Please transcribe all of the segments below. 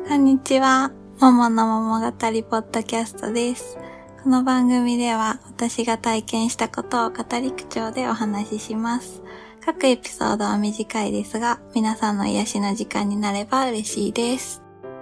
こんにちは。ももの桃語りポッドキャストです。この番組では私が体験したことを語り口調でお話しします。各エピソードは短いですが、皆さんの癒しの時間になれば嬉しいです。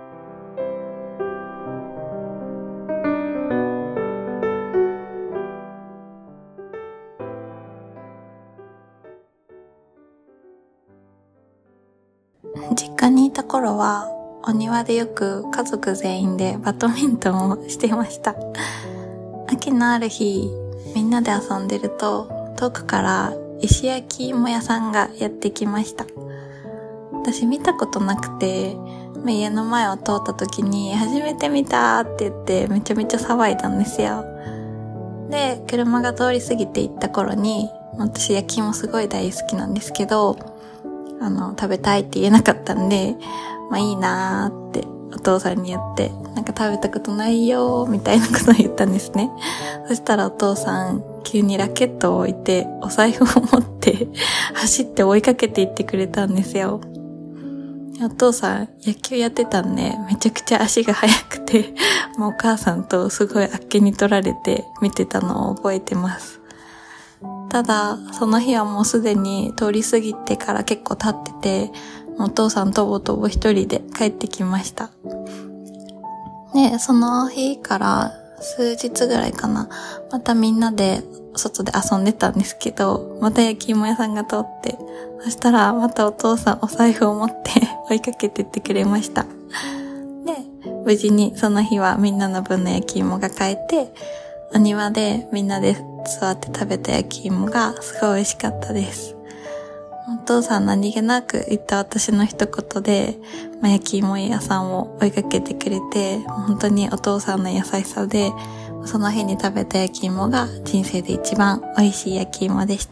実家にいた頃はお庭でよく家族全員でバドミントンをしていました。秋のある日、みんなで遊んでると遠くから石焼き芋屋さんがやってきました。私見たことなくて、家の前を通った時に初めて見たって言ってめちゃめちゃ騒いだんですよ。で、車が通り過ぎていった頃に、私焼き芋すごい大好きなんですけど、食べたいって言えなかったんで、いいなーってお父さんに言って、食べたことないよーみたいなことを言ったんですね。そしたらお父さん急にラケットを置いてお財布を持って走って追いかけていってくれたんですよ。お父さん野球やってたんでめちゃくちゃ足が速くて、もうお母さんとすごいあっけに取られて見てたのを覚えてます。ただその日はもうすでに通り過ぎてから結構経ってて、お父さんとぼとぼ一人で帰ってきました。で、その日から数日ぐらいかな、またみんなで外で遊んでたんですけど、また焼き芋屋さんが通って、そしたらまたお父さんお財布を持って追いかけてってくれました。で、無事にその日はみんなの分の焼き芋が買えて、お庭でみんなで座って食べた焼き芋がすごい美味しかったです。お父さん何気なく言った私の一言で、焼き芋屋さんを追いかけてくれて、本当にお父さんの優しさで、その日に食べた焼き芋が人生で一番美味しい焼き芋でした。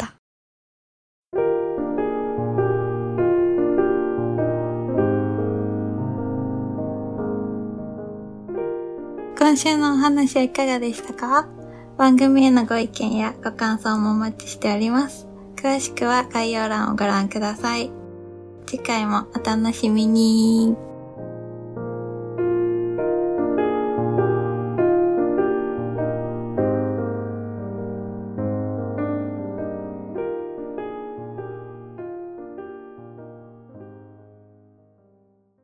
今週のお話はいかがでしたか？番組へのご意見やご感想もお待ちしております。詳しくは概要欄をご覧ください。次回もお楽しみに。